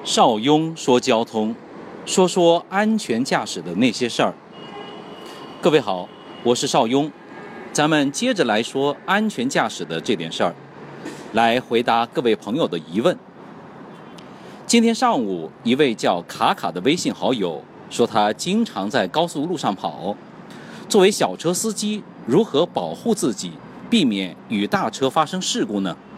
邵雍说交通，说安全驾驶的那些事儿。各位好，我是邵雍，咱们接着来说安全驾驶的这点事儿，来回答各位朋友的疑问。今天上午，一位叫卡卡的微信好友说，他经常在高速路上跑，作为小车司机，如何保护自己，避免与大车发生事故呢？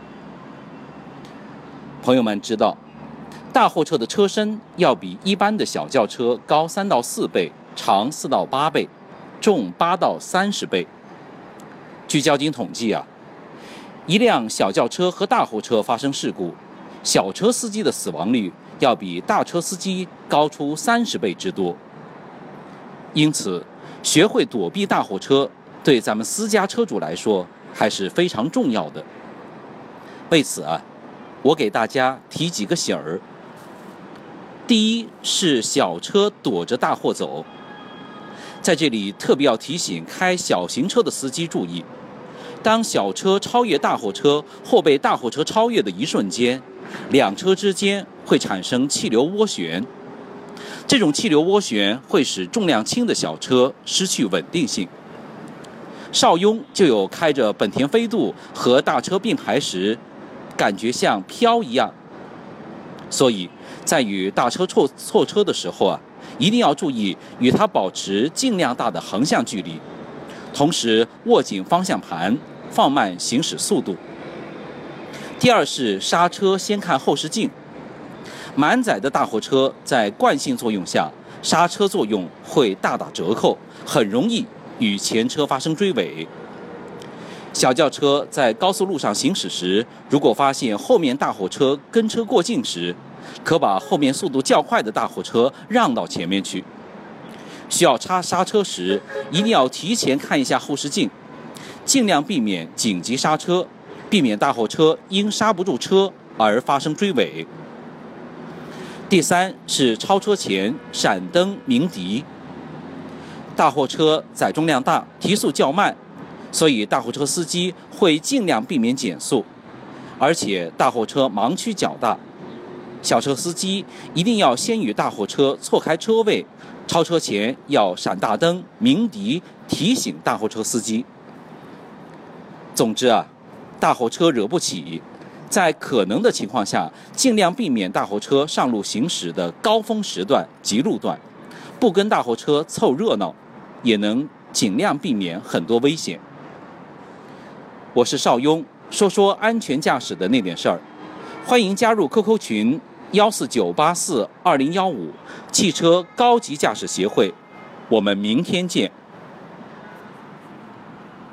朋友们知道，大货车的车身要比一般的小轿车高3到4倍，长4到8倍，重8到30倍。据交警统计一辆小轿车和大货车发生事故，小车司机的死亡率要比大车司机高出30倍之多。因此，学会躲避大货车对咱们私家车主来说还是非常重要的。为此我给大家提几个醒儿。第一是小车躲着大货走，在这里特别要提醒开小型车的司机注意，当小车超越大货车或被大货车超越的一瞬间，两车之间会产生气流涡旋，这种气流涡旋会使重量轻的小车失去稳定性。邵雍就有开着本田飞度和大车并排时感觉像飘一样，所以在与大车错车的时候一定要注意与它保持尽量大的横向距离，同时握紧方向盘，放慢行驶速度。第二是刹车先看后视镜，满载的大货车在惯性作用下，刹车作用会大打折扣，很容易与前车发生追尾。小轿车在高速路上行驶时，如果发现后面大货车跟车过近时，可把后面速度较快的大货车让到前面去。需要刹车时，一定要提前看一下后视镜，尽量避免紧急刹车，避免大货车因刹不住车而发生追尾。第三是超车前闪灯鸣笛。大货车载重量大，提速较慢，所以大货车司机会尽量避免减速，而且大货车盲区较大，小车司机一定要先与大货车错开车位，超车前要闪大灯、鸣笛提醒大货车司机。总之大货车惹不起，在可能的情况下，尽量避免大货车上路行驶的高峰时段及路段，不跟大货车凑热闹，也能尽量避免很多危险。我是邵雍，说安全驾驶的那点事儿。欢迎加入 QQ 群149842015汽车高级驾驶协会，我们明天见。